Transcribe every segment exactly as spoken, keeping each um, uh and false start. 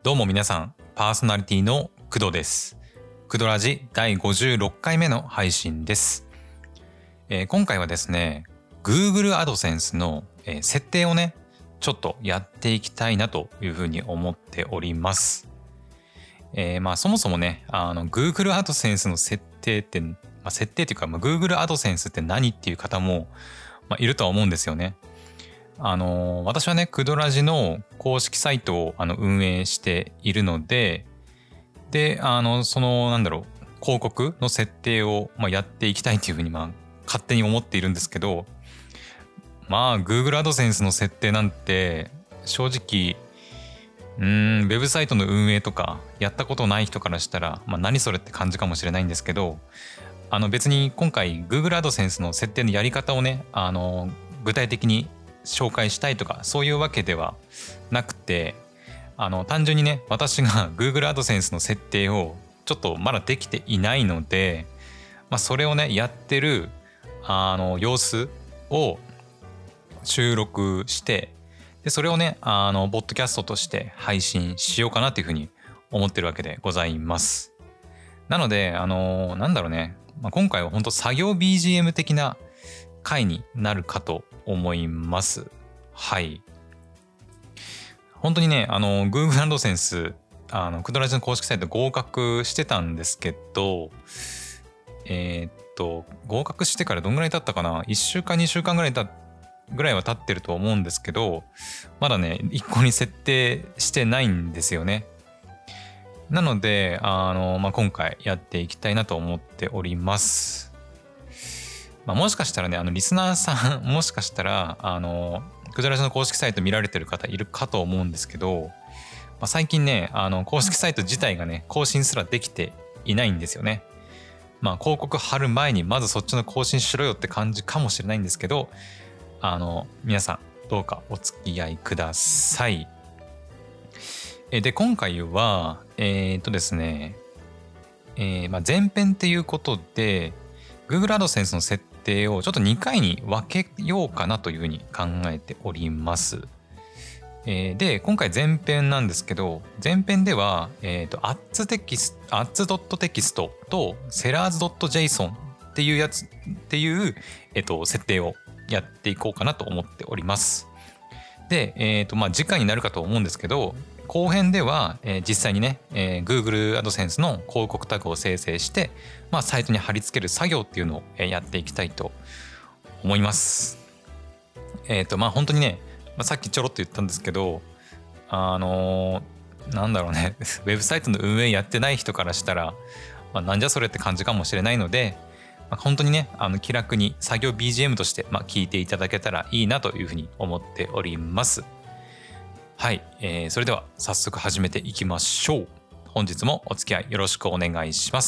どうも皆さん、パーソナリティの工藤です。工藤ラジだいごじゅうろっかいめの配信です。えー、今回はですね、Google AdSense の、えー、設定をね、ちょっとやっていきたいなというふうに思っております。えー、まあそもそもね、あの Google AdSense の設定って、まあ、設定というか、まあ、Google AdSense って何っていう方も、まあ、いるとは思うんですよね。あの私はね、クドラジの公式サイトをあの運営しているので、で、あのそのなんだろう広告の設定をまあやっていきたいというふうにまあ勝手に思っているんですけど、まあ Google AdSense の設定なんて正直うーんウェブサイトの運営とかやったことない人からしたら、まあ、何それって感じかもしれないんですけど、あの別に今回 Google AdSense の設定のやり方をね、あの具体的に紹介したいとかそういうわけではなくて、あの単純にね、私が Google AdSense の設定をちょっとまだできていないので、まあ、それをねやってるあの様子を収録して、でそれをねあのポッドキャストとして配信しようかなというふうに思ってるわけでございます。なのであのなんだろうね、まあ、今回は本当作業 ビージーエム 的な回になるかと思います。はい。本当にね、あの Google AdSense、あのクドラジの公式サイト合格してたんですけど、えー、っと合格してからどんぐらい経ったかな、いっしゅうかんにしゅうかんぐらいたぐらいは経ってると思うんですけど、まだね一個に設定してないんですよね。なのであの、まあ、今回やっていきたいなと思っております。まあ、もしかしたらね、あのリスナーさんもしかしたらあのクドラジの公式サイト見られてる方いるかと思うんですけど、まあ、最近ねあの公式サイト自体がね更新すらできていないんですよね。まあ広告貼る前にまずそっちの更新しろよって感じかもしれないんですけど、あの皆さんどうかお付き合いください。で今回はえー、っとですね、えーまあ、前編っていうことで Google AdSense の設定をちょっとにかいに分けようかなというふうに考えております。えー、で今回前編なんですけど、前編では、えー、と ads テキスト ads.text と sellers.json っていうやつっていう、えー、と設定をやっていこうかなと思っております。で、えーとまあ、次回になるかと思うんですけど、後編では、えー、実際にね、えー、Google AdSense の広告タグを生成して、まあ、サイトに貼り付ける作業っていうのを、えー、やっていきたいと思います。えっ、ー、とまあ本当にね、まあ、さっきちょろっと言ったんですけど、あのー、なんだろうねウェブサイトの運営やってない人からしたら、まあ、なんじゃそれって感じかもしれないので、まあ、本当にねあの気楽に作業 ビージーエム として、まあ、聞いていただけたらいいなというふうに思っております。はい、えー、それでは早速始めていきましょう。本日もお付き合いよろしくお願いします。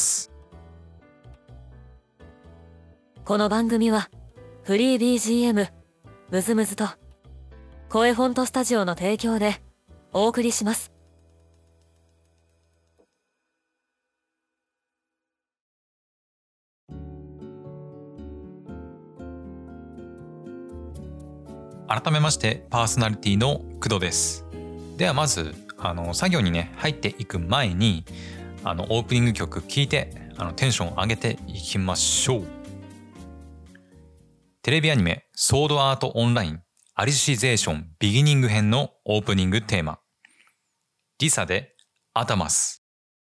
この番組はフリー ビージーエム ムズムズと声フォントスタジオの提供でお送りします。 改めましてパーソナリティの工藤です。ではまずあの作業にね入っていく前にあのオープニング曲聴いてあのテンション上げていきましょう。テレビアニメソードアートオンラインアリシゼーションビギニング編のオープニングテーマ、リサでアタマス。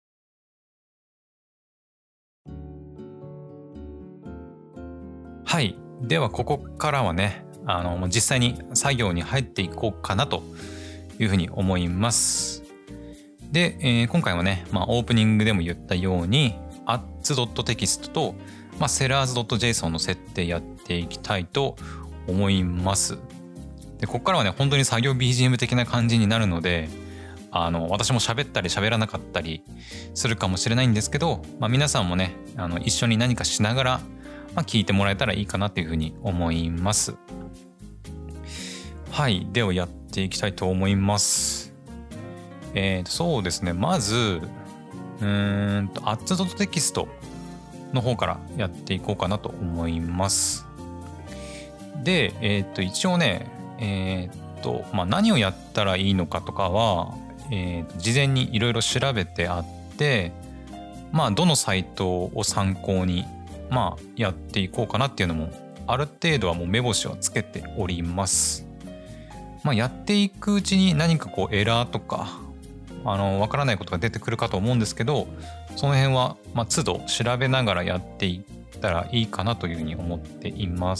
はい、ではここからはねあの実際に作業に入っていこうかなというふうに思います。で、えー、今回はね、まあ、オープニングでも言ったように ads.text と、まあ、sellers.json の設定やっていきたいと思います。でここからはね本当に作業 ビージーエム 的な感じになるので、あの私も喋ったり喋らなかったりするかもしれないんですけど、まあ、皆さんもねあの一緒に何かしながら、まあ、聞いてもらえたらいいかなというふうに思います。はい、ではやっていきたいと思います。えーとそうですね、まずうーんと ads.text の方からやっていこうかなと思います。で、えーと一応ねえーとまあ、何をやったらいいのかとかは、 えー、事前にいろいろ調べてあって、まあどのサイトを参考にまあやっていこうかなっていうのもある程度はもう目星はつけております。まあやっていくうちに何かこうエラーとかあのわからないことが出てくるかと思うんですけど、その辺はまあ都度調べながらやっていったらいいかなというふうに思っています。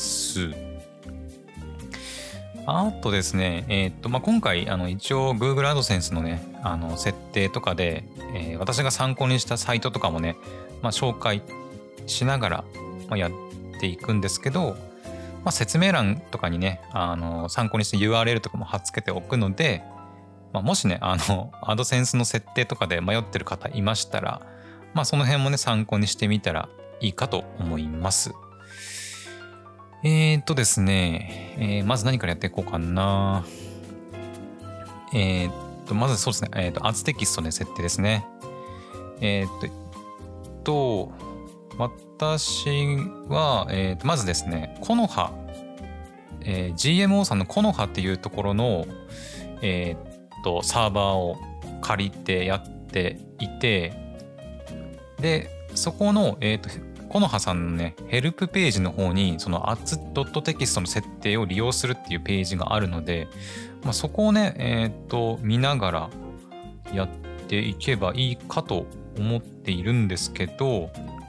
あとですね、えーっとまあ、今回あの一応 Google AdSense のねあの設定とかで、えー、私が参考にしたサイトとかもね、まあ、紹介しながら、まあ、やっていくんですけど、まあ、説明欄とかにねあの参考にした ユーアールエル とかも貼っ付けておくので、まあ、もしねあの AdSense の設定とかで迷ってる方いましたら、まあ、その辺もね参考にしてみたらいいかと思います。えーっとですね、えー、まず何からやっていこうかな。えー、っと、まずそうですね、えー、っと、アズテキストの設定ですね。えー、っと、私は、えー、っと、まずですね、コノハ、えー、ジーエムオー さんのコノハっていうところの、えー、っと、サーバーを借りてやっていて、で、そこの、えー、っと、コノハさんのねヘルプページの方にその ads.text の設定を利用するっていうページがあるので、まあ、そこをねえっと見ながらやっていけばいいかと思っているんですけど、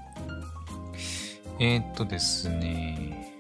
えっとですね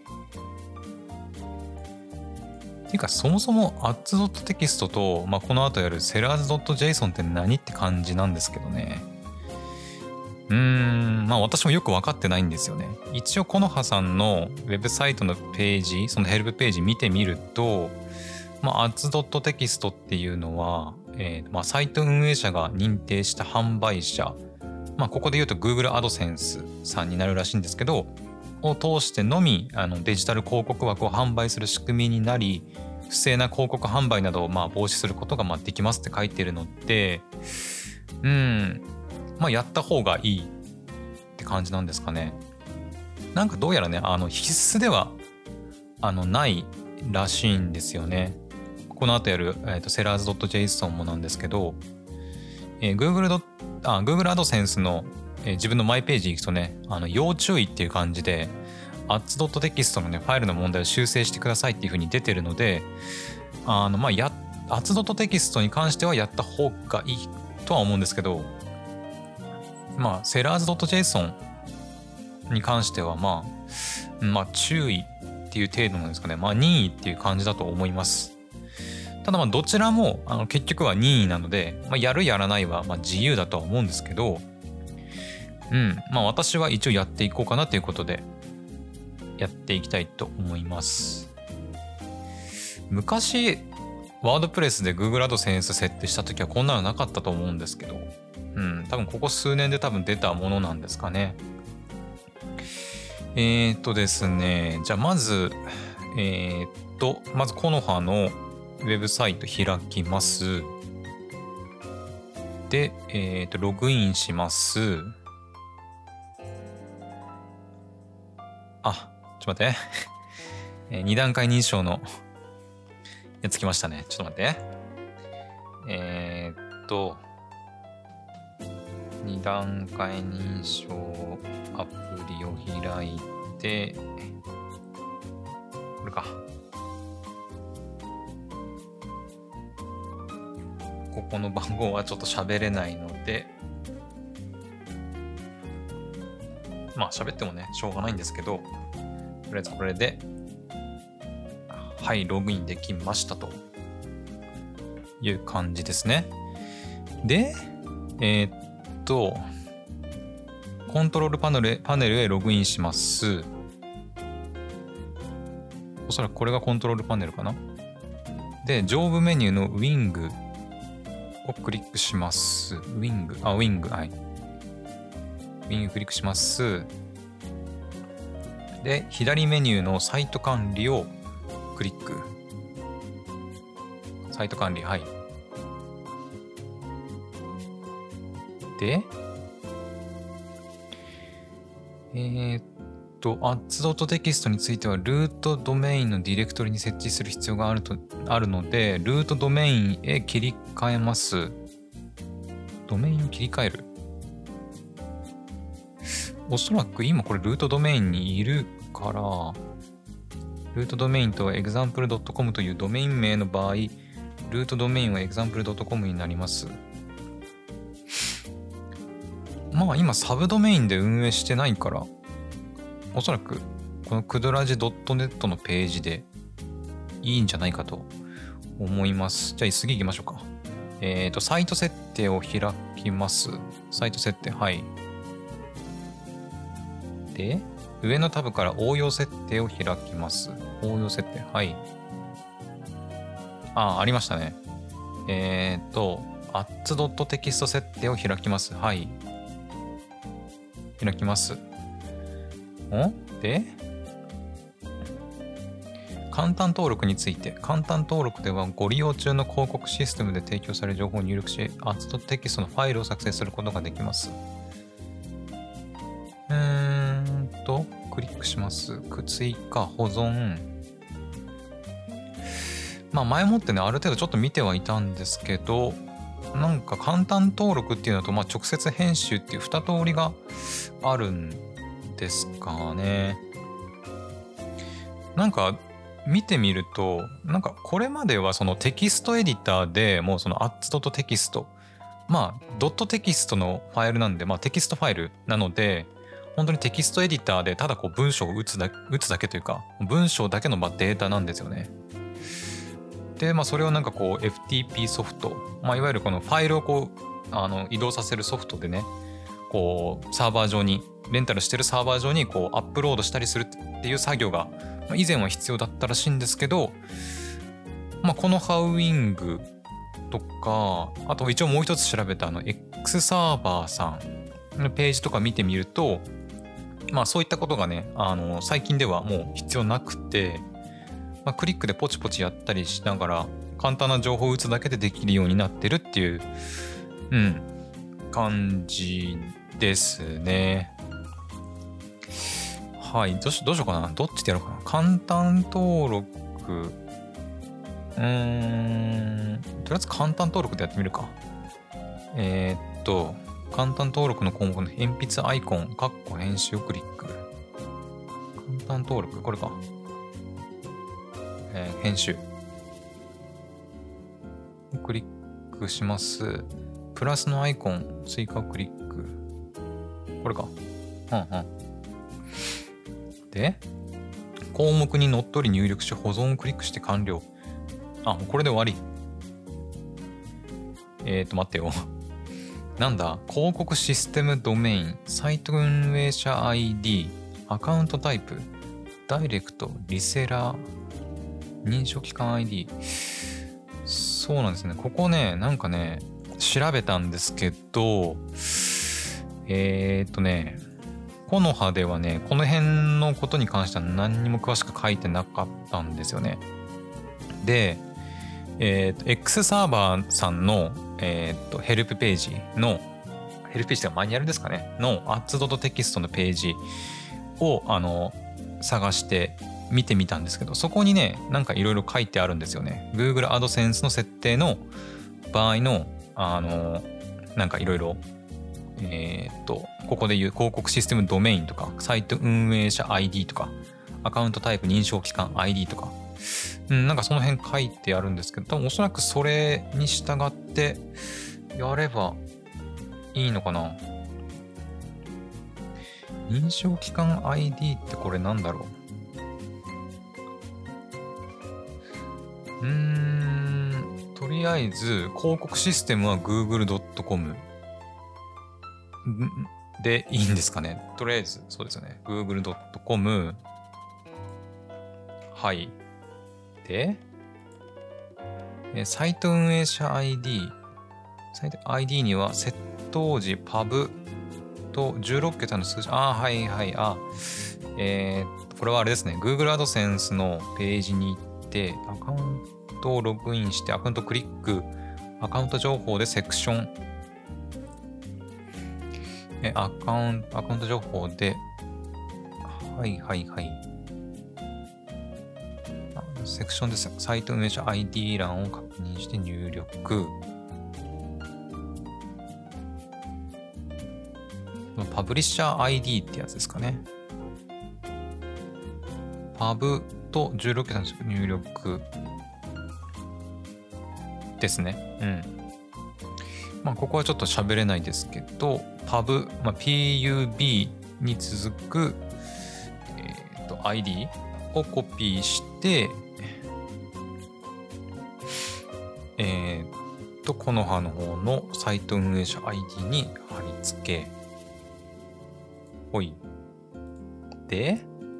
ていうかそもそも ads.text と、まあ、この後やる sellers.json って何って感じなんですけどね。うーんまあ私もよく分かってないんですよね。一応コノハさんのウェブサイトのページ、そのヘルプページ見てみると、まあ ads.text っていうのは、えーまあ、サイト運営者が認定した販売者、まあここで言うと Google AdSense さんになるらしいんですけど、を通してのみあのデジタル広告枠を販売する仕組みになり、不正な広告販売などをまあ防止することがまあできますって書いてるので、うんまあやった方がいいって感じなんですかね。なんかどうやらねあの必須ではあのないらしいんですよね。この後やる、えー、と sellers.json もなんですけど、えー、Google, あ Google AdSense の、えー、自分のマイページ行くとねあの要注意っていう感じで ads.text のねファイルの問題を修正してくださいっていう風に出てるので、あのまあや ads.text に関してはやった方がいいとは思うんですけど、まあ sellers.json に関してはまあまあ注意っていう程度なんですかね。まあ任意っていう感じだと思います。ただまあどちらもあの結局は任意なので、まあ、やるやらないはまあ自由だとは思うんですけど、うんまあ私は一応やっていこうかなということでやっていきたいと思います。昔ワードプレスで Google AdSense 設定した時はこんなのなかったと思うんですけど、うん多分ここ数年で多分出たものなんですかね。えーっとですねじゃあまずえーっとまずコノハのウェブサイト開きます。で、えーと、ログインします。あ、ちょっと待って。えー、に段階認証のやつきましたね。ちょっと待って。えーっと、に段階認証アプリを開いて、これか。ここの番号はちょっと喋れないので、まあ喋ってもねしょうがないんですけど、とりあえずこれではいログインできましたという感じですね。でえー、っとコントロールパネルパネルへログインします。おそらくこれがコントロールパネルかな。で上部メニューのウィングをクリックします。ウィング、あ、ウィング、はい。ウィングクリックします。で、左メニューのサイト管理をクリック。サイト管理、はい。で、えー、っと、ads.text については、ルートドメインのディレクトリに設置する必要があると、あるので、ルートドメインへ切り替えます。 ドメインを切り替える。おそらく今これルートドメインにいるから、ルートドメインと エグザンプルドットコム というドメイン名の場合、ルートドメインは エグザンプルドットコム になります。まあ今サブドメインで運営してないから、おそらくこのクドラジ .net のページでいいんじゃないかと思います。じゃあ次行きましょうか。えっと、サイト設定を開きます。サイト設定、はい。で、上のタブから応用設定を開きます。応用設定、はい。あ、ありましたね。えっと、アッツ .text 設定を開きます。はい。開きます。んで、簡単登録について、簡単登録ではご利用中の広告システムで提供される情報を入力し、アッツ .text のファイルを作成することができます。うーんと、クリックします。追加、保存。まあ前もってね、ある程度ちょっと見てはいたんですけど、なんか簡単登録っていうのと、まあ直接編集っていう二通りがあるんですかね。なんか、見てみると、なんかこれまではそのテキストエディターでもうその アッツ テキスト、まあドットテキストのファイルなんで、まあテキストファイルなので、本当にテキストエディターでただこう文章を打つだけ、打つだけというか、文章だけのまあデータなんですよね。で、まあそれをなんかこう エフティーピー ソフト、まあいわゆるこのファイルをこうあの移動させるソフトでね、こうサーバー上に、レンタルしてるサーバー上にこうアップロードしたりするっていう作業が以前は必要だったらしいんですけど、まあ、このハウウィングとか、あと一応もう一つ調べたあの X サーバーさんのページとか見てみると、まあそういったことがね、あの最近ではもう必要なくて、まあ、クリックでポチポチやったりしながら簡単な情報を打つだけでできるようになってるっていう、うん、感じですね。はい、どうし、どうしようかな。どっちでやろうかな。簡単登録。うーん。とりあえず簡単登録でやってみるか。えー、っと、簡単登録の項目の鉛筆アイコン、カッコ編集をクリック。簡単登録、これか。えー、編集。クリックします。プラスのアイコン、追加をクリック。これか。うんうん。で、項目にのっとり入力し保存をクリックして完了。あ、もうこれで終わり。えーと、待ってよ。なんだ、広告システムドメイン、サイト運営者 アイディー、アカウントタイプ、ダイレクト、リセラー、認証機関 アイディー。そうなんですね。ここね、なんかね、調べたんですけど、えーとね、コノハではね、この辺のことに関しては何にも詳しく書いてなかったんですよね。で、えっと、X サーバーさんの、えっと、ヘルプページの、ヘルプページというかマニュアルですかね、の アッツ テキストのページを、あの、探して見てみたんですけど、そこにね、なんかいろいろ書いてあるんですよね。Google AdSense の設定の場合の、あの、なんかいろいろ、えー、っと、ここで言う広告システムドメインとか、サイト運営者 アイディー とか、アカウントタイプ認証機関 アイディー とか、うん、なんかその辺書いてあるんですけど、多分おそらくそれに従ってやればいいのかな。認証機関 アイディー ってこれなんだろう。うーん、とりあえず広告システムは グーグルドットコム でいいんですかね。とりあえずそうですよね。グーグルドットコム はい。で、サイト運営者 アイディー。サイト アイディー には窃盗時パブとじゅうろっけたの数字。ああ、はいはい。あ、えー、これはあれですね。Google AdSense のページに行って、アカウントをログインして、アカウントクリック、アカウント情報でセクション。え、アカウント、アカウント情報で、はいはいはい。セクションでサイト運営者 アイディー 欄を確認して入力。 パブリッシャー アイディー ってやつですかね。パブとじゅうろくけたの入力ですね。うん。まあここはちょっと喋れないですけど、パブ、まあ、ピーユービー に続く、えー、と アイディー をコピーして、えー、とこの葉の方のサイト運営者 アイディー に貼り付け、ほい。で、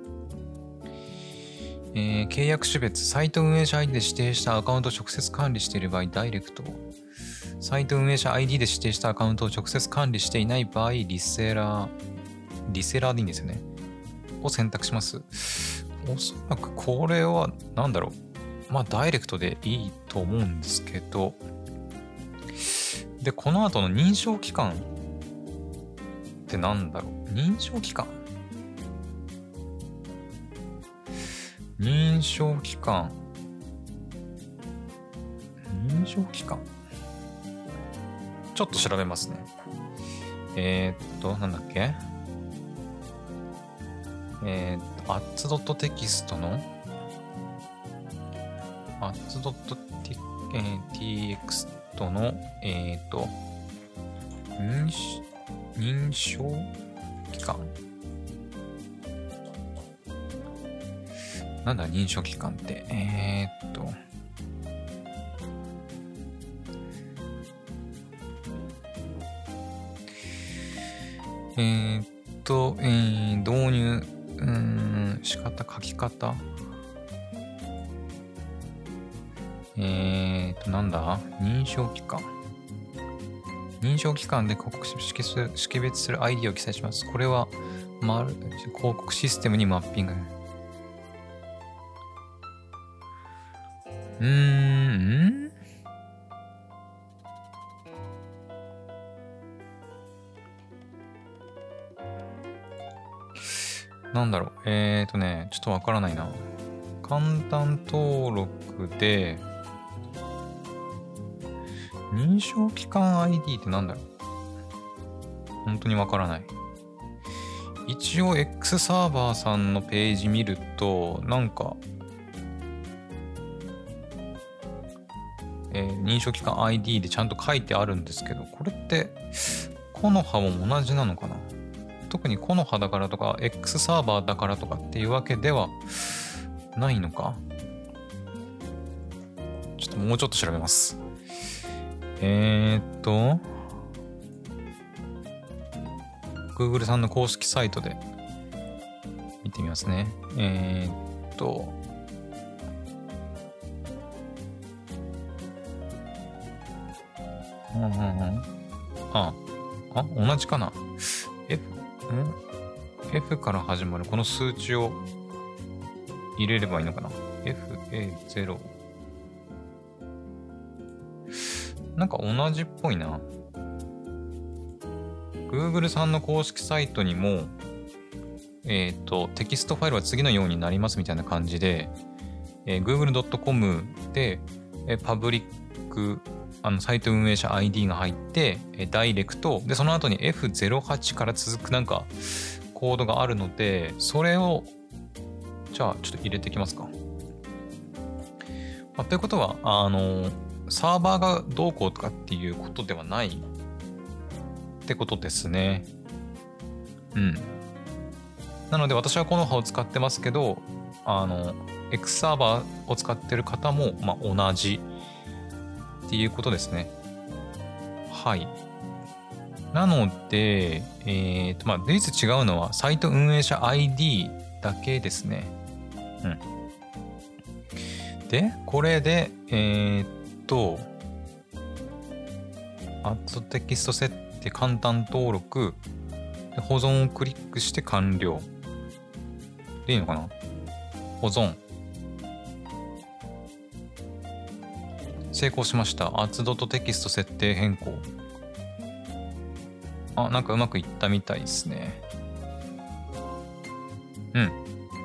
えー、契約種別、サイト運営者 アイディー で指定したアカウントを直接管理している場合、ダイレクト。サイト運営者 アイディー で指定したアカウントを直接管理していない場合、リセラー、リセラーでいいんですよね。を選択します。おそらくこれは、なんだろう。まあ、ダイレクトでいいと思うんですけど、で、この後の認証期間ってなんだろう。認証期間認証期間認証期間ちょっと調べますね。えー、っと、なんだっけえー、っと、アッツドットテキストのアッツドットティーエックストの、えー、っと、認し認証期間なんだ認証期間って。えー、っと、えー、っと、えー、導入、うーん、仕方、書き方。えー、っと、なんだ認証期間。認証期間で広告識別する、識別する アイディー を記載します。これは、ま、広告システムにマッピング。うーんなんだろう。えーとね、ちょっとわからないな。簡単登録で、認証期間 アイディー ってなんだろう。本当にわからない。一応 X サーバーさんのページ見ると、なんか、えー、認証期間 アイディー でちゃんと書いてあるんですけど、これって、コノハも同じなのかな。特にコノハだからとか X サーバーだからとかっていうわけではないのか。ちょっともうちょっと調べます。えーっと Google さんの公式サイトで見てみますね。えーっとうんうんうんああ同じかな。F F から始まるこの数値を入れればいいのかな。 エフエーゼロ なんか同じっぽいな。 Google さんの公式サイトにもえっとテキストファイルは次のようになりますみたいな感じで、えー、グーグルドットコム で、えー、パブリックあのサイト運営者 アイディー が入って、えー、ダイレクトでその後に エフゼロはち から続くなんかコードがあるので、それをじゃあちょっと入れていきますか。まあ、ということはあのサーバーがどうこうとかっていうことではないってことですね。うん。なので私はこの葉を使ってますけど、あの X サーバーを使ってる方もまあ同じっていうことですね。はい。なので、えっとまあ唯一違うのはサイト運営者 アイディー だけですね。うん。で、これで、えー、っと、アッドテキスト設定簡単登録で、保存をクリックして完了。でいいのかな？保存。成功しました。アッツドットテキスト設定変更。あ、なんかうまくいったみたいですね。うん。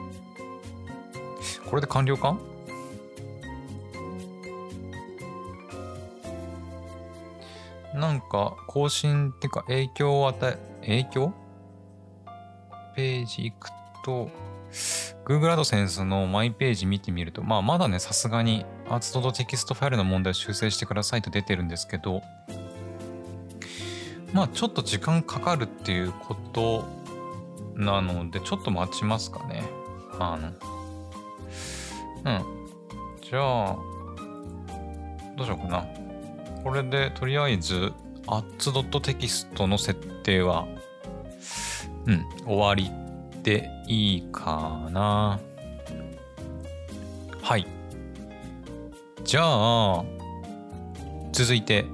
これで完了か？なんか更新っていうか影響を与え、 影響ページ行くと、Google AdSense のマイページ見てみると、まあまだね、さすがに Ads テキストファイルの問題を修正してくださいと出てるんですけど、まあちょっと時間かかるっていうことなので、ちょっと待ちますかね。あの、うん。じゃあ、どうしようかな。これでとりあえず Ads.text の設定は、うん、終わりでいいかな。はい。じゃあ、続いて、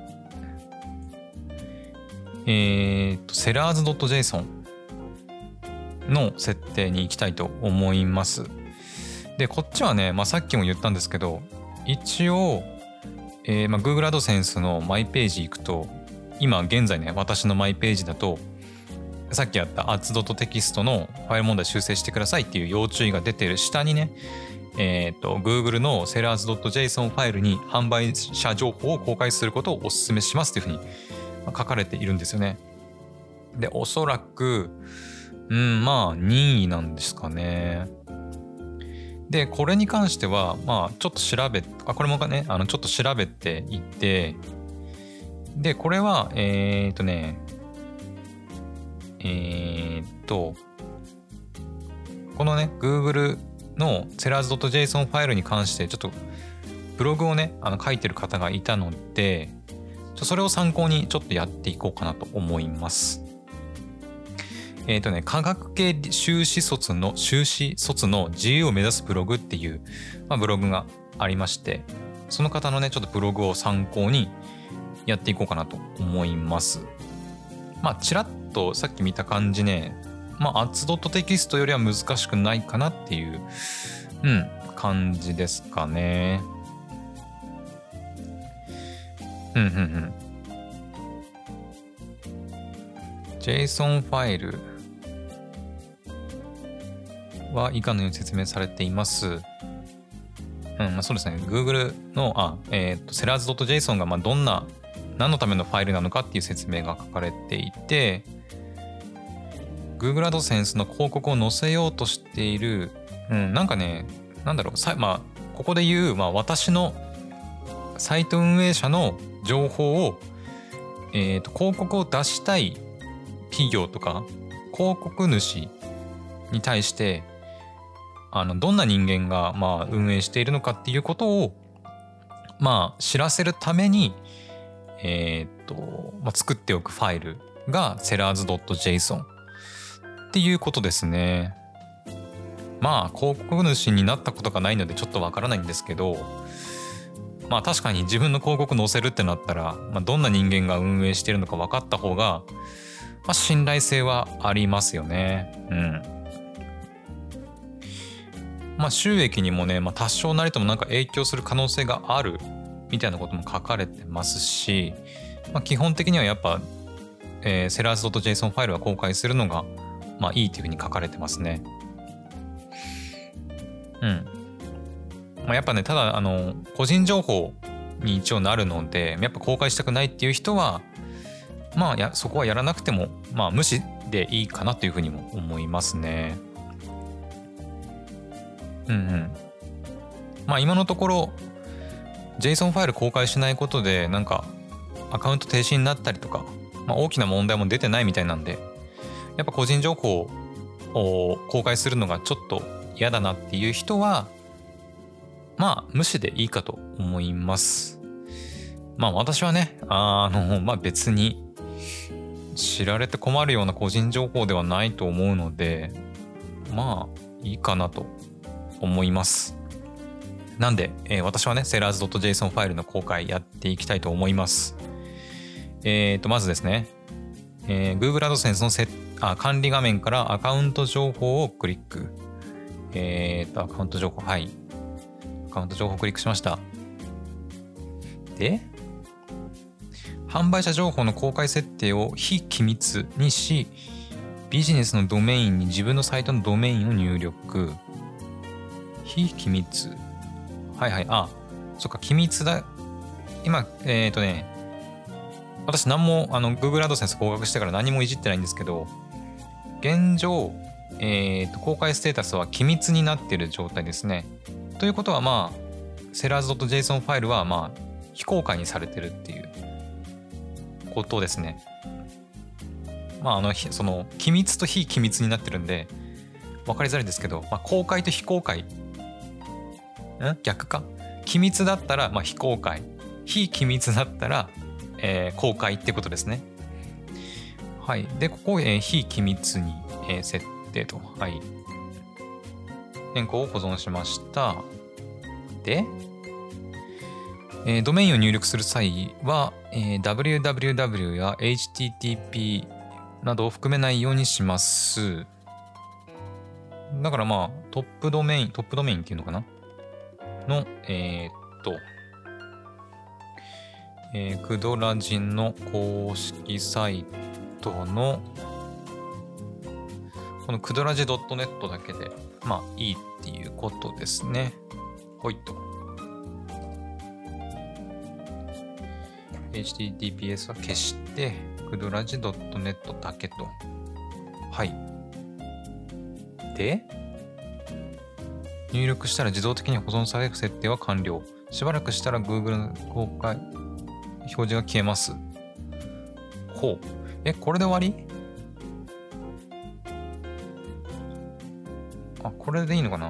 えーと、sellers.json の設定に行きたいと思います。で、こっちはね、まあ、さっきも言ったんですけど、一応、えーまあ、Google AdSense のマイページ行くと、今現在ね、私のマイページだと、さっきやった Ads.text のファイル問題修正してくださいっていう要注意が出てる下にね、えっと、Google の sellers.json ファイルに販売者情報を公開することをお勧めしますっていうふうに書かれているんですよね。で、おそらく、うん、まあ、任意なんですかね。で、これに関しては、まあ、ちょっと調べ、あ、これもね、あの、ちょっと調べていて、で、これは、えっとね、えー、っと、このね、Google の sellers.json ファイルに関して、ちょっとブログをね、あの書いてる方がいたので、それを参考にちょっとやっていこうかなと思います。えっとね、科学系修士卒の、修士卒の自由を目指すブログっていう、まあ、ブログがありまして、その方のね、ちょっとブログを参考にやっていこうかなと思います。まあ、ちらっとさっき見た感じね、まあ、Ads.text よりは難しくないかなっていう、うん、感じですかね。うんうんうん。JSON ファイルは以下のように説明されています。うん、まあ、そうですね。Google の、あ、えっと、sellers.json がまあどんな、何のためのファイルなのかっていう説明が書かれていて、Google AdSense の広告を載せようとしている、うん、なんかね、なんだろう、さまあ、ここで言う、まあ、私のサイト運営者の情報を、えーと、広告を出したい企業とか、広告主に対して、あの、どんな人間が、まあ、運営しているのかっていうことを、まあ、知らせるために、えーと、まあ、作っておくファイルが sellers.json。っていうことですね。まあ広告主になったことがないのでちょっとわからないんですけど、まあ確かに自分の広告載せるってなったら、まあ、どんな人間が運営しているのか分かった方が、まあ、信頼性はありますよね。うん。まあ収益にもね、まあ、多少なりともなんか影響する可能性があるみたいなことも書かれてますし、まあ、基本的にはやっぱ、えー、sellers.json ファイルは公開するのがまあいいというふうに書かれてますね。うん。まあ、やっぱね、ただあの個人情報に一応なるので、やっぱ公開したくないっていう人は、まあやそこはやらなくても、まあ無視でいいかなというふうにも思いますね。うんうん。まあ今のところ JSON ファイル公開しないことでなんかアカウント停止になったりとか、まあ、大きな問題も出てないみたいなんで。やっぱ個人情報を公開するのがちょっと嫌だなっていう人は、まあ無視でいいかと思います。まあ私はね、あの、まあ別に知られて困るような個人情報ではないと思うので、まあいいかなと思います。なんで、えー、私はね、sellers.json ファイルの公開やっていきたいと思います。えっと、まずですね、えー、Google AdSense の設あ管理画面からアカウント情報をクリック。えっと、アカウント情報、はい。アカウント情報をクリックしました。で、販売者情報の公開設定を非機密にし、ビジネスのドメインに自分のサイトのドメインを入力。非機密。はいはい。あ、そっか、機密だ。今、えっとね、 私何もあの Google AdSense 合格してから何もいじってないんですけど、現状、えーと、公開ステータスは機密になっている状態ですね。ということはまあ sellers.json ファイルはまあ非公開にされてるっていうことですね。まああのその機密と非機密になってるんで分かりづらいですけど、まあ、公開と非公開、ん逆か。機密だったらまあ非公開、非機密だったら、えー、公開ってことですね。はい。でここ、えー、非機密に、えー、設定と、はい、変更を保存しました。で、えー、ドメインを入力する際は、えー、ダブリューダブリューダブリュー や エイチティーティーピー などを含めないようにします。だからまあトップドメイントップドメインっていうのかなのえー、っと、えー、クドラジの公式サイトのこのクドラジ .net だけでまあいいっていうことですね。ほいと エイチティーティーピーエス は消してクドラジ .net だけと。はい。で入力したら自動的に保存される設定は完了。しばらくしたら Google の公開表示が消えます。ほう。え、これで終わり？あ、これでいいのかな？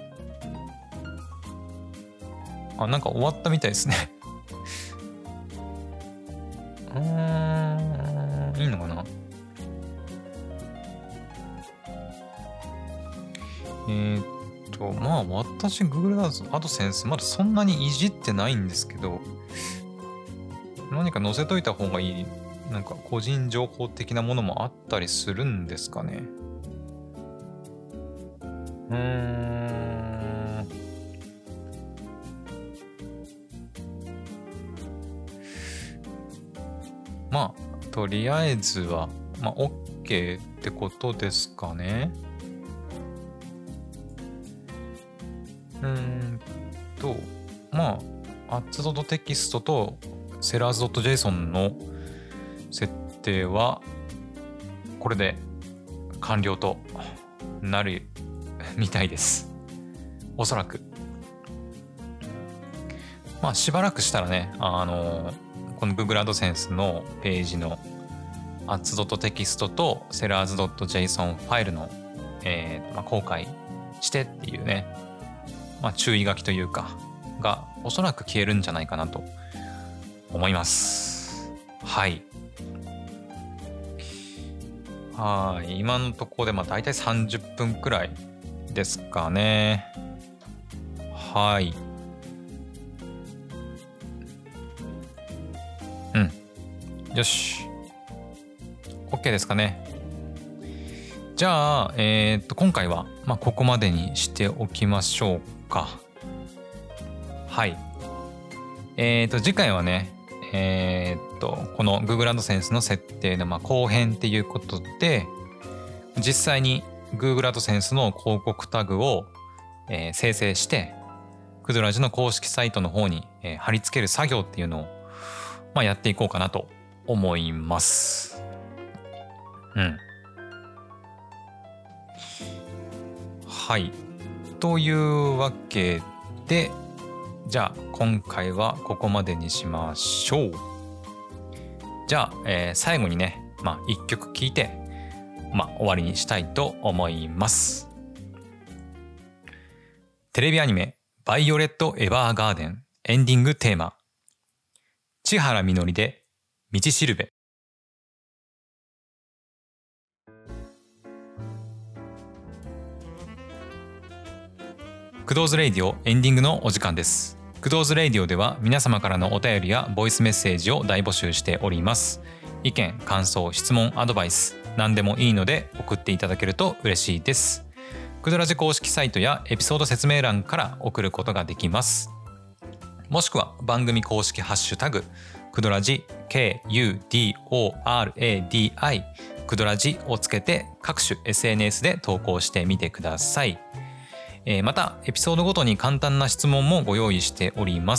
あ、なんか終わったみたいですね。うーん、いいのかな？えーっと、まあ私 Google AdSense まだそんなにいじってないんですけど、何か載せといた方がいい、なんか個人情報的なものもあったりするんですかね。うーん。まあとりあえずはまあ OK ってことですかね。うーんとまあアッツドットテキストとセラーズドットジェイソン の設定はこれで完了となるみたいです。おそらく。まあしばらくしたらね、あのこの Google AdSense のページの アッツドットテキスト と セラーズドットジェイソン ファイルの、えーまあ、公開してっていうね、まあ、注意書きというかがおそらく消えるんじゃないかなと思います。はい。はい。今のところでまあ大体さんじゅっぷんくらいですかね。はい。うん。よし。OK ですかね。じゃあ、えー、っと、今回は、まあ、ここまでにしておきましょうか。はい。えー、っと、次回はね、えー、っと、この Google AdSense の設定の、まあ、後編っていうことで、実際に Google AdSense の広告タグを、えー、生成して、クドラジの公式サイトの方に、えー、貼り付ける作業っていうのを、まあ、やっていこうかなと思います。うん。はい。というわけで、じゃあ今回はここまでにしましょう。じゃあ、えー、最後にね、まあ一曲聴いて、まあ終わりにしたいと思います。テレビアニメバイオレット・エヴァーガーデンエンディングテーマ、千原みのりで道しるべ。クドーズレイディオエンディングのお時間です。クドーズレイディオでは皆様からのお便りやボイスメッセージを大募集しております。意見、感想、質問、アドバイス、何でもいいので送っていただけると嬉しいです。クドラジ公式サイトやエピソード説明欄から送ることができます。もしくは番組公式ハッシュタグクドラジ ケーユーディーオーアールエーディーアイ クドラジをつけて各種 エスエヌエス で投稿してみてください。またエピソードごとに簡単な質問もご用意しております。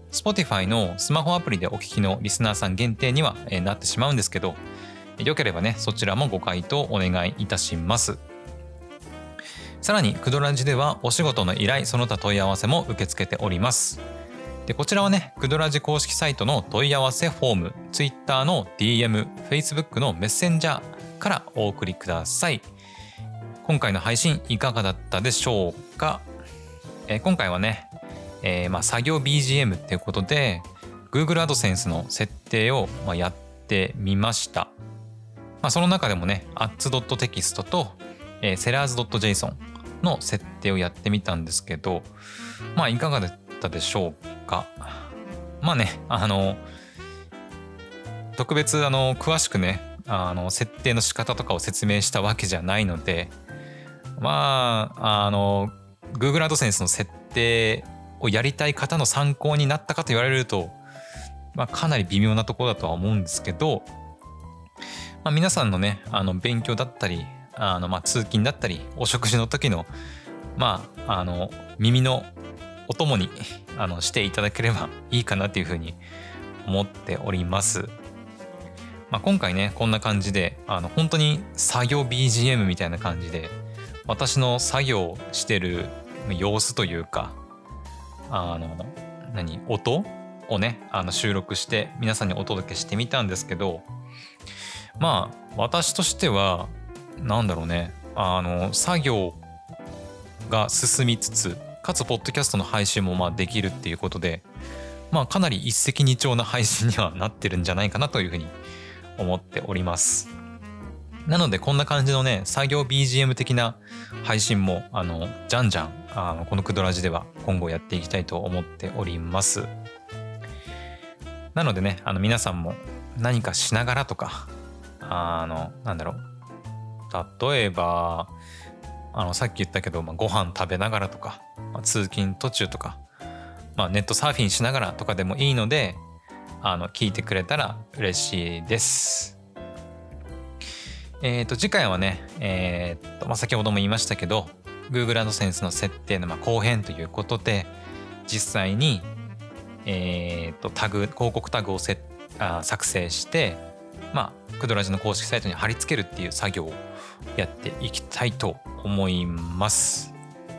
Spotify のスマホアプリでお聞きのリスナーさん限定にはなってしまうんですけど、よければねそちらもご回答お願いいたします。さらにクドラジではお仕事の依頼その他問い合わせも受け付けております。でこちらはねクドラジ公式サイトの問い合わせフォーム、 Twitter の ディーエム、 Facebook のメッセンジャーからお送りください。今回の配信いかがだったでしょうか。えー、今回はね、えー、まあ作業 ビージーエム っていうことで Google AdSense の設定をまあやってみました。まあ、その中でもね アッツドットテキスト と、えー、セラーズドットジェイソン の設定をやってみたんですけど、まあいかがだったでしょうか。まあねあの特別あの詳しくねあの設定の仕方とかを説明したわけじゃないので、まああの Google AdSense の設定をやりたい方の参考になったかと言われると、まあ、かなり微妙なところだとは思うんですけど、まあ、皆さんのねあの勉強だったりあのまあ通勤だったりお食事の時のまああの耳のお供にあのしていただければいいかなというふうに思っております。まあ、今回ねこんな感じであの本当に作業 ビージーエム みたいな感じで私の作業してる様子というかあの何音をねあの収録して皆さんにお届けしてみたんですけど、まあ私としてはなんだろうねあの作業が進みつつかつポッドキャストの配信もまあできるっていうことで、まあかなり一石二鳥な配信にはなってるんじゃないかなというふうに思っております。なのでこんな感じのね作業 ビージーエム 的な配信もあのじゃんじゃんあのこのクドラジでは今後やっていきたいと思っております。なのでねあの皆さんも何かしながらとかあのなんだろう例えばあのさっき言ったけど、まあ、ご飯食べながらとか、まあ、通勤途中とか、まあ、ネットサーフィンしながらとかでもいいのであの聞いてくれたら嬉しいです。えっと次回はねえー、っと、まあ、先ほども言いましたけど Google AdSense の設定のまあ後編ということで実際にえー、っとタグ広告タグをせあ作成してまあクドラジの公式サイトに貼り付けるっていう作業をやっていきたいと思います。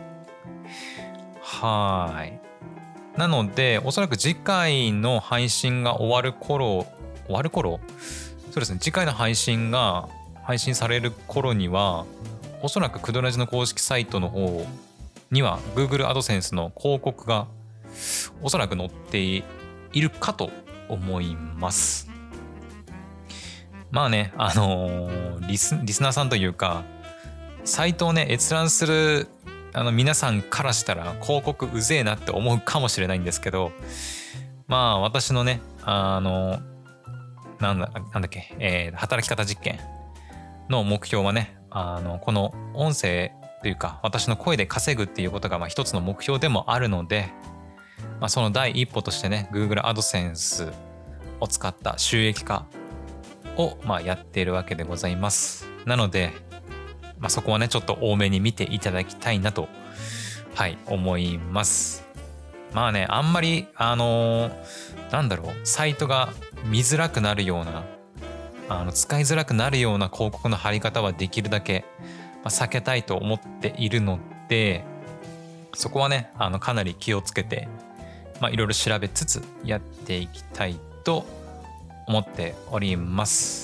はい。なのでおそらく次回の配信が終わる頃終わる頃そうですね次回の配信が配信される頃にはおそらくクドラジの公式サイトの方には Google AdSense の広告がおそらく載っているかと思います。まあねあのー、リス、リスナーさんというかサイトをね閲覧するあの皆さんからしたら広告うぜえなって思うかもしれないんですけど、まあ私のねあのなんだなんだっけ、えー、働き方実験の目標はねあのこの音声というか私の声で稼ぐっていうことがまあ一つの目標でもあるので、まあ、その第一歩としてね Google AdSense を使った収益化をまあやっているわけでございます。なのでまあ、そこはねちょっと多めに見ていただきたいなとはい思います。まあねあんまりあのー、なんだろうサイトが見づらくなるようなあの使いづらくなるような広告の貼り方はできるだけ、まあ、避けたいと思っているのでそこはねあのかなり気をつけてまあいろいろ調べつつやっていきたいと思っております。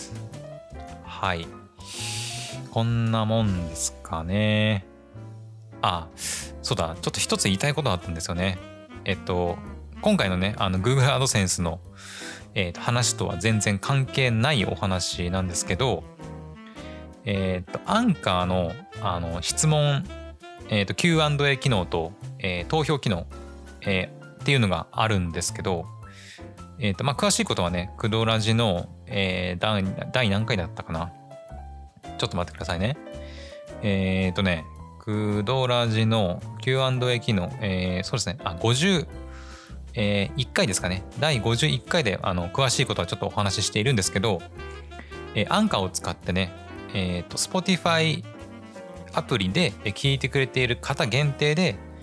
はいこんなもんですかね。あ、そうだ、ちょっと一つ言いたいことがあったんですよね。えっと、今回のね、あの Google AdSense の、えー、と話とは全然関係ないお話なんですけど、えっと、アンカーの、あの質問、えー、と キューアンドエー 機能と、えー、投票機能、えー、っていうのがあるんですけど、えーとまあ、詳しいことはね、クドラジの、えー、第, 第何回だったかな。ちょっと待ってくださいね。えっ、ー、とね、クドラジの キューアンドエー 機能、えー、そうですね、あ、ごじゅう、えー、いっかいですかね。だいごじゅういっかいであの詳しいことはちょっとお話ししているんですけど、えー、アンカーを使ってね、えっ、ー、と、Spotify アプリで聞いてくれている方限定で、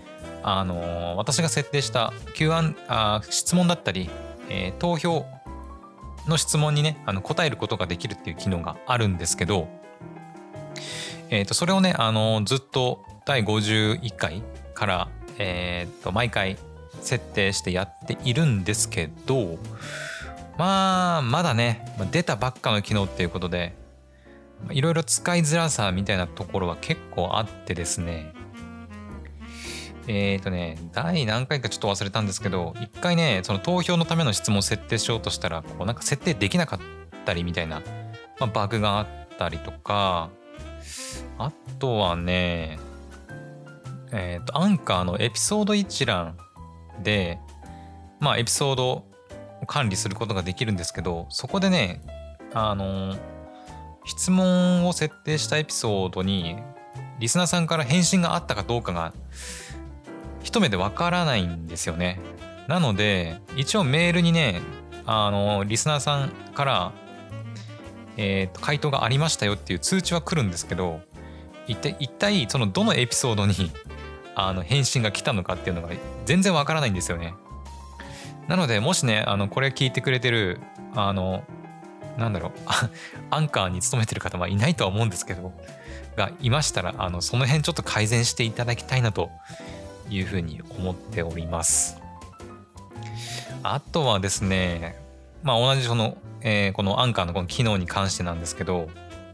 あのー、私が設定した キューアンドエー あ質問だったり、えー、投票の質問にねあの答えることができるっていう機能があるんですけど、えー、とそれをね、あのー、ずっとだいごじゅういっかいから、えー、と毎回設定してやっているんですけど、まあまだね出たばっかの機能っていうことでいろいろ使いづらさみたいなところは結構あってですね、えっとね第何回かちょっと忘れたんですけど、一回ねその投票のための質問を設定しようとしたらこうなんか設定できなかったりみたいな、まあ、バグがあったりとか、あとはねえっとアンカーのエピソード一覧でまあエピソードを管理することができるんですけど、そこでねあの質問を設定したエピソードにリスナーさんから返信があったかどうかが一目でわからないんですよね。なので一応メールにねあのリスナーさんから、えー、と回答がありましたよっていう通知は来るんですけど、一体一体そのどのエピソードにあの返信が来たのかっていうのが全然わからないんですよね。なのでもしねあのこれ聞いてくれてるあのなんだろうアンカーに勤めてる方はいないとは思うんですけどがいましたら、あのその辺ちょっと改善していただきたいなというふうに思っております。あとはですねまあ同じその、えー、このアンカーのこの機能に関してなんですけど、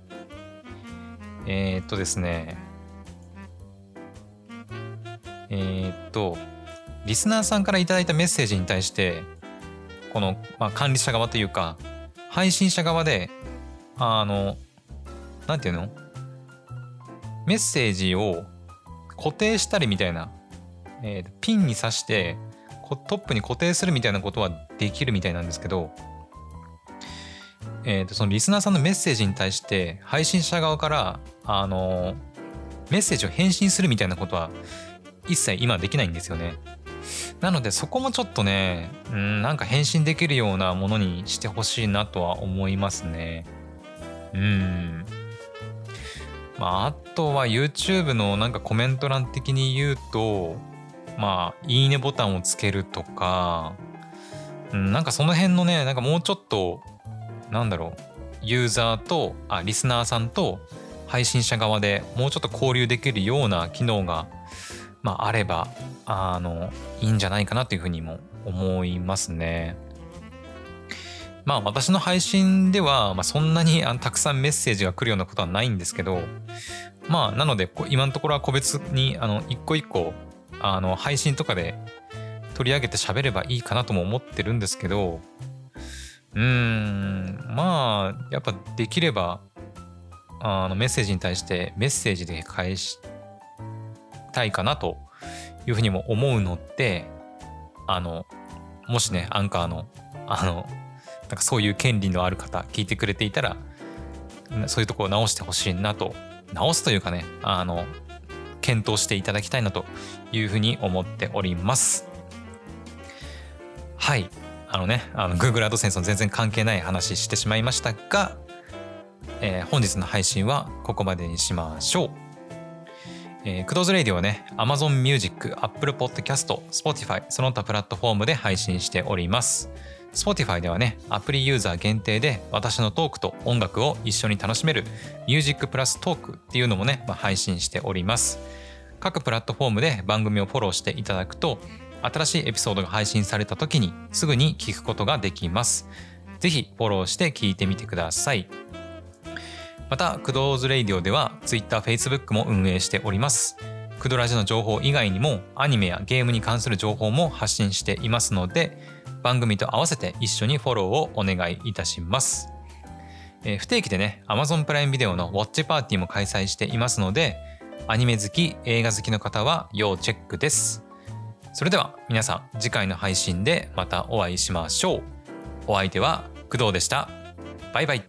えー、っとですねえー、っとリスナーさんからいただいたメッセージに対してこの、まあ、管理者側というか配信者側であのなんていうのメッセージを固定したりみたいな、えー、ピンに挿してトップに固定するみたいなことはできるみたいなんですけど、えー、とそのリスナーさんのメッセージに対して配信者側からあのメッセージを返信するみたいなことは一切今できないんですよね。なのでそこもちょっとね、うん、なんか返信できるようなものにしてほしいなとは思いますね。うん。まああとは YouTube のなんかコメント欄的に言うと、まあいいねボタンをつけるとか、うん、なんかその辺のねなんかもうちょっとなんだろうユーザーとあリスナーさんと配信者側でもうちょっと交流できるような機能がまあ、あればあのいいんじゃないかなというふうにも思いますね。まあ私の配信では、まあ、そんなにあのたくさんメッセージが来るようなことはないんですけど、まあなので今のところは個別にあの一個一個あの配信とかで取り上げて喋ればいいかなとも思ってるんですけど、うーんまあやっぱできればあのメッセージに対してメッセージで返したいかなというふうにも思うので、あのもしねアンカーのあのなんかそういう権利のある方聞いてくれていたらそういうところを直してほしいなと、直すというかねあの検討していただきたいなというふうに思っております。はい、あのねあの Google AdSense の全然関係ない話してしまいましたが、えー、本日の配信はここまでにしましょう。えー、クドーズレイディオはね Amazon Music、Apple Podcast、Spotify その他プラットフォームで配信しております。 Spotify ではねアプリユーザー限定で私のトークと音楽を一緒に楽しめる Music プラストークっていうのもね、まあ、配信しております。各プラットフォームで番組をフォローしていただくと新しいエピソードが配信された時にすぐに聞くことができます。ぜひフォローして聞いてみてください。またクドーズレイディオでは Twitter、Facebook も運営しております。クドラジの情報以外にもアニメやゲームに関する情報も発信していますので、番組と合わせて一緒にフォローをお願いいたします。えー、不定期でね Amazon プライムビデオのウォッチパーティーも開催していますので、アニメ好き映画好きの方は要チェックです。それでは皆さん次回の配信でまたお会いしましょう。お相手は工藤でした。バイバイ。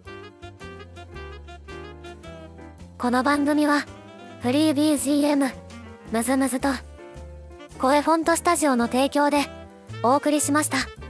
この番組はフリー ビージーエム むずむずと声フォントスタジオの提供でお送りしました。